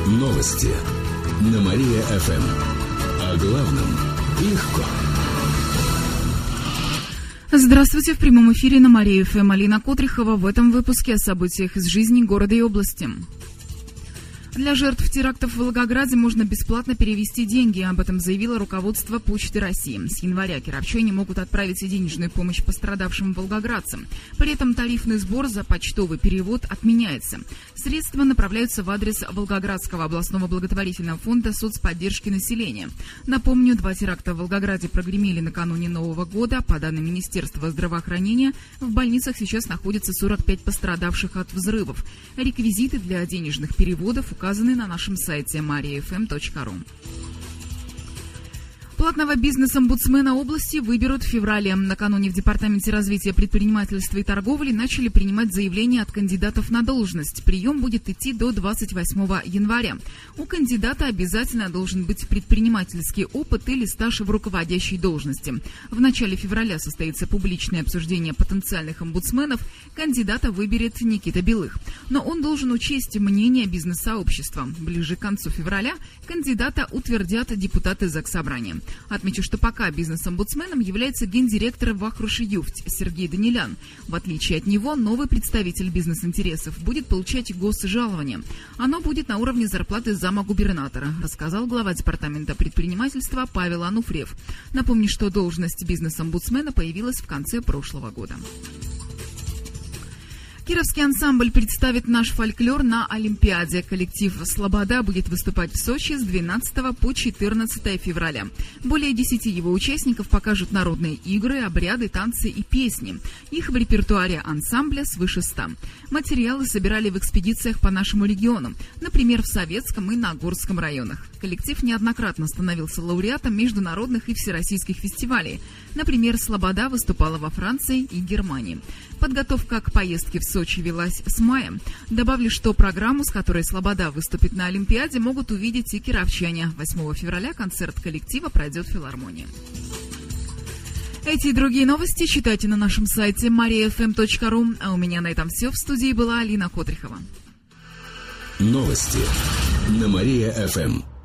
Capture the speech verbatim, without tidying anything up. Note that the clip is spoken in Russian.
Новости на Мария-ФМ. О главном легко. Здравствуйте, в прямом эфире на Мария-ФМ. Алина Котрихова в этом выпуске о событиях из жизни города и области. Для жертв терактов в Волгограде можно бесплатно перевести деньги. Об этом заявило руководство Почты России. С января кировчане могут отправить и денежную помощь пострадавшим волгоградцам. При этом тарифный сбор за почтовый перевод отменяется. Средства направляются в адрес Волгоградского областного благотворительного фонда соцподдержки населения. Напомню, два теракта в Волгограде прогремели накануне Нового года. По данным Министерства здравоохранения, в больницах сейчас находится сорок пять пострадавших от взрывов. Реквизиты для денежных переводов указаны на нашем сайте мария эф эм точка ру. Платного бизнес-омбудсмена области выберут в феврале. Накануне в Департаменте развития предпринимательства и торговли начали принимать заявления от кандидатов на должность. Прием будет идти до двадцать восьмого января. У кандидата обязательно должен быть предпринимательский опыт или стаж в руководящей должности. В начале февраля состоится публичное обсуждение потенциальных омбудсменов. Кандидата выберет Никита Белых. Но он должен учесть мнение бизнес-сообщества. Ближе к концу февраля кандидата утвердят депутаты Заксобрания. Отмечу, что пока бизнес-омбудсменом является гендиректор Вахруши-Юфть Сергей Данилян. В отличие от него, новый представитель бизнес-интересов будет получать госжалование. Оно будет на уровне зарплаты зама губернатора, рассказал глава департамента предпринимательства Павел Ануфриев. Напомню, что должность бизнес-омбудсмена появилась в конце прошлого года. Кировский ансамбль представит наш фольклор на Олимпиаде. Коллектив «Слобода» будет выступать в Сочи с двенадцатого по четырнадцатое февраля. Более десяти его участников покажут народные игры, обряды, танцы и песни. Их в репертуаре ансамбля свыше ста. Материалы собирали в экспедициях по нашему региону, например, в Советском и Нагорском районах. Коллектив неоднократно становился лауреатом международных и всероссийских фестивалей. Например, «Слобода» выступала во Франции и Германии. Подготовка к поездке в Сочи велась с мая. Добавлю, что программу, с которой «Слобода» выступит на Олимпиаде, могут увидеть и кировчане. восьмого февраля концерт коллектива пройдет в филармонии. Эти и другие новости читайте на нашем сайте мария эф эм точка ру. А у меня на этом все. В студии была Алина Котрихова. Новости на Мария-ФМ.